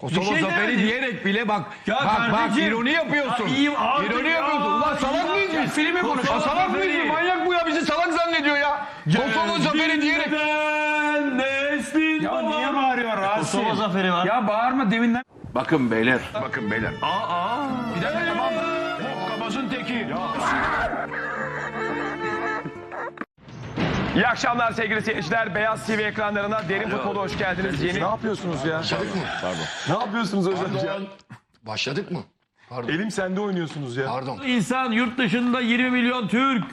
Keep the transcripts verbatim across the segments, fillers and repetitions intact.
Kosova şey zaferi demedim. diyerek bile bak. Ya bak bak kardeşim. ironi yapıyorsun. Ya iyiyim, artık ironi ya. yapıyorsun. Ulan salak mıyız biz? Filmi konuş. Kosova Salak mıyız zaferi. biz? Manyak bu ya. Bizi salak zannediyor ya. Kosova zaferi diyerek. Neslin Ya niye bağırıyor Rasim? Kosova zaferi var. Ya bağırma deminden. Bakın beyler. Bakın beyler. Aa. Bir dakika tamam. Kabazın teki. İyi akşamlar sevgili seyirciler. Beyaz T V ekranlarına Derin Futbol'a hoş geldiniz. Yeni... Ne yapıyorsunuz ya? Başladık mı? Ne yapıyorsunuz hocam ya? Pardon. Başladık mı? Pardon. Elim sende oynuyorsunuz ya. Pardon. İnsan yurt dışında yirmi milyon Türk.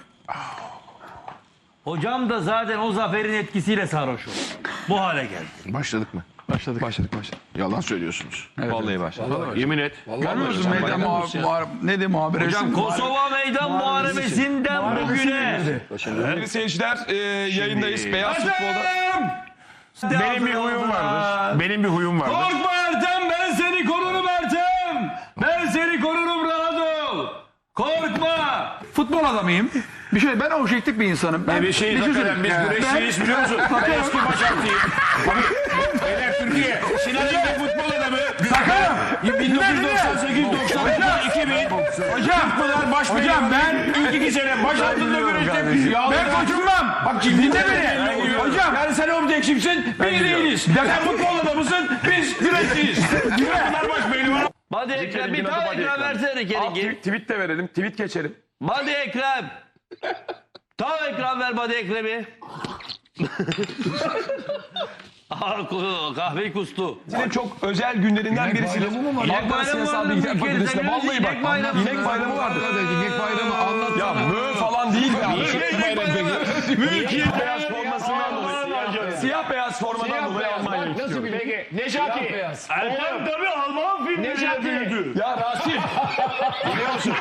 Hocam da zaten o zaferin etkisiyle sarhoş oldu. Bu hale geldi. Başladık mı? Başladık. Başladık başladık. Yalan söylüyorsunuz. Vallahi başladık. Yemin et. Görmüyor musun meydan muha- ne de muhabiresi? Hocam Kosova meydan muharebesinden bugüne. Sevgili seyirciler e, yayındayız. Beyaz Futbol'da. Benim bir huyum vardır. Benim bir huyum vardır. Korkma Ertem, ben seni korurum Ertem. Ben seni korurum, rahat ol. Korkma. Futbol adamıyım. Bir şey, ben objektif bir insanım. Ben Bir şey söyleyeyim. biz güreşçiyiz biliyor musun? Ben eski başartıyım. Beyler Türkiye. Sinan Engin futbol adamı. bin dokuz yüz doksan sekiz doksan dokuz iki bin. Hocam. Bunlar baş hocam ben ilk iki sene baş altında güreştim. Ben koçumam. Bak şimdi dinle beni. Hocam. Yani sen objektifsin. Biz değiliz. Sen futbol adamısın. Biz güreşçiyiz. Bunlar baş beyni var. Hadi Ekrem, bir tane ekran versene Alt Kerim. tweet, tweet de verelim. Tweet geçelim. Hadi Ekrem. Tam ekran ver hadi Ekrem'i. Aa, kahveyi kustu. Sizin çok özel günlerinden birisidir. İnek bayramı Siyasal vardı, bilgiler bir kere fakültesinde. sen Vallahi bak. inek bayramı. İnek bayramı vardır. İnek bayramı anlat. Ya mö falan değil be abi. Mülkiyet beyaz formasından dolayı. Siyah beyaz formadan dolayı Almanya istiyor. Peki Necati. Ertem tabii Alman filmleriyle büyüdü. Ya Rasim. Biliyor musun?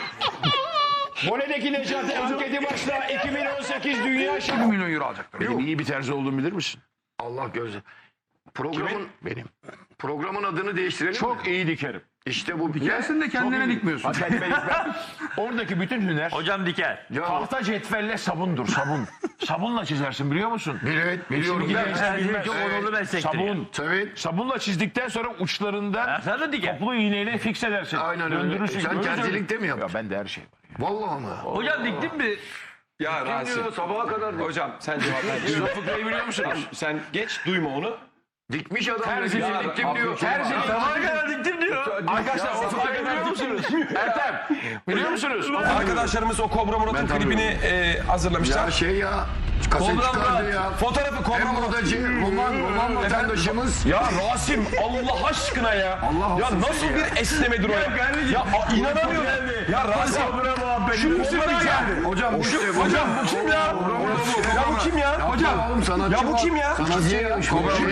Vole'deki Necati anketi başla iki bin on sekiz Dünya Şampiyonu. bir milyon euro alacaklar. Benim iyi bir terzi olduğumu bilir misin? Allah gözü. Programın benim. Programın adını değiştirelim. Çok iyi dikerim. İşte bu bir kere. Gelsin de kendine dikmiyorsun. Kendime dikmem. Oradaki bütün hüner Hocam diker. tahta cetvelle sabundur sabun. Sabunla çizersin biliyor musun? Evet biliyorum. Şimdi Ben, gençler bilmez. Çok onurlu meslektir Sabun. yani. tabii. Sabunla çizdikten sonra uçlarından Sen de diker. toplu iğneyle fix edersin. Aynen öyle. Döndürürsün. Sen görürsün. terzilikte mi yaptın? Ya bende her şey var. Vallahi ama. Hocam diktin mi? Ya Rasim. Sabaha kadar. Hocam sen cevap ver. Siz o fıkrayı biliyor musunuz? Sen geç duyma onu. Dikmiş adam. Terzi- Ya, diktim diyor. Terzi- Sabaha kadar diktim diyor. Arkadaşlar o fıkrayı biliyor musunuz? Ertem biliyor musunuz? Arkadaşlarımız o Kobra Murat'ın klibini e, hazırlamışlar. Ya şey ya. Kaset Kobra çıkardı Murat. ya. Fotoğrafı Kobra Hem Murat. modacı, roman, roman vatandaşımız. Ya Rasim Allah aşkına ya. Allah ya affetsin nasıl ya. bir esnemedir o ya. Ya a, inanamıyorum. Ya Rasim. Şu musun ya? Hocam bu işte. Hocam bu kim ya? Ya bu kim ya? Hocam. Oğlum sanatçı Ya bu var. kim ya? Sanatçı ya.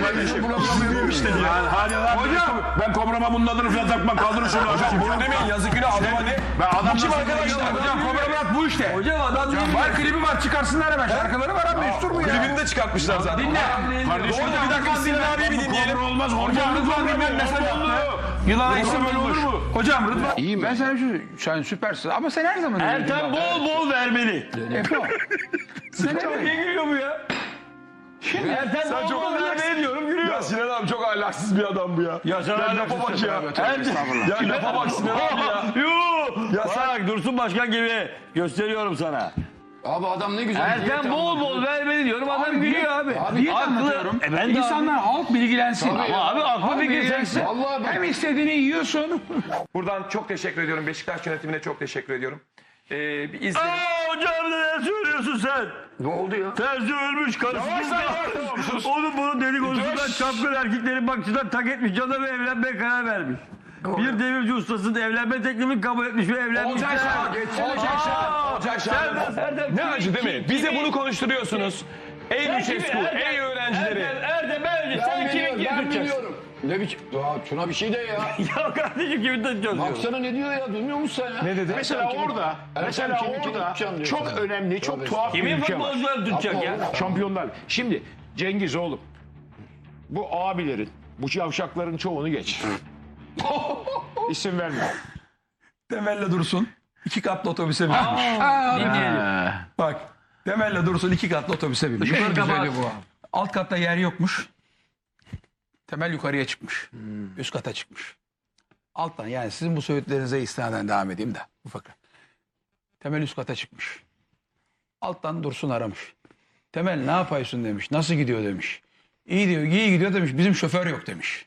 Kobra işte ya. Hadi lan. Hocam ben Kobra'ma bunun adını falan takmam. Kaldırın şunu hocam. Bunu demeyin yazık günah adama ne? Ben adam Bu kim nasıl arkadaşlar? biliyorum? Hocam Kobra Murat bu işte. Hocam adam değil mi? Var klibi var, çıkarsınlar hemen. Şarkıları var abi, üstur mu ya? Klibini de çıkartmışlar zaten. Dinle. Kardeşim Orada bir dakika Sinan abiyi bir dinleyelim. Kobra olmaz. Hocam Hocam Rıdvan bilmem mesaj attı. Yılan ayısı böyle olur mu? Hocam Rıdvan. İyi mi? Ben sana bir şey söyleyeyim. Sen süpersin ama sen her zaman öyle. Ertem bol bol vermeli. Epo. Sen hep Ne gülüyor bu ya? Ertem bol bol vermeli diyorum, gülüyor. Ya Sinan abi çok ahlaksız bir adam bu ya. Ya sen Ya hala lafa bak ya. Estağfurullah. Ya lafa bak Sinan abi ya. Yuh! Ya sen- Bak Dursun Başkan gibi gösteriyorum sana. Abi adam ne güzel. Ertem bol bol vermeli diyorum, adam gülüyor abi. Niye Haklı. anlatıyorum? E ben de İnsanlar, halk bilgilensin. Ama abi aklı Halk fikir bilgilensin. sensin. Vallahi bak. Hem istediğini yiyorsun. Buradan çok teşekkür ediyorum. Beşiktaş yönetimine çok teşekkür ediyorum. Ee, bir izleyelim. Aa hocam neler söylüyorsun sen? Ne oldu ya? Terzi ölmüş karısında. Oğlum bunun dedikodusundan çapkın erkeklerin bakışından tak etmiş. Canım evlenmeye karar vermiş. Bir demirci ustasının evlenme teklifini kabul etmiş ve evlenmiş. Olacak şey. Olacak şey. Olacak şey. Ne acı değil mi? Bize bunu konuşturuyorsunuz. Ey Lucescu, ey öğrencileri. Erdem Erdem sen kimin kimi Ben tutacaksın? biliyorum. Ne biçim? Ya şuna bir şey de ya. Ya kardeşim kimi tutacaksın? Baksana ne diyor ya, duymuyor musun sen ya? Ne dedi? Mesela orada, mesela kimi kimi orada tutacağım diyor çok sana. önemli, çok Tabii. tuhaf bir Kimin ülke var. futbolcuları tutacak ya? Şampiyonlar. Şimdi Cengiz oğlum, bu abilerin, bu yavşakların çoğunu geç. İsim verme. Temelle Dursun. iki katlı otobüse binmiş. Dinleyelim. Bak. Temelle Dursun iki katlı otobüse binmiş. En Yukarı güzeli kapat. bu. Alt katta yer yokmuş. Temel yukarıya çıkmış. Üst kata çıkmış. Alttan yani sizin bu söylediklerinize istinaden devam edeyim de. Bu fakir. Temel üst kata çıkmış. Alttan Dursun aramış. Temel ne yapıyorsun demiş. Nasıl gidiyor demiş. İyi diyor, iyi gidiyor demiş. Bizim şoför yok demiş.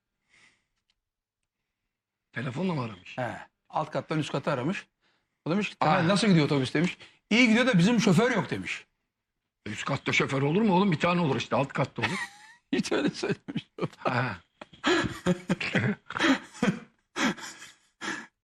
Telefonla mı aramış? He. Alt kattan üst kata aramış. O demiş ki Temel nasıl gidiyor otobüs demiş. İyi gidiyor da bizim şoför yok demiş. Üst katta şoför olur mu oğlum? Bir tane olur işte. Alt katta olur. Hiç öyle söylemiş. Ha.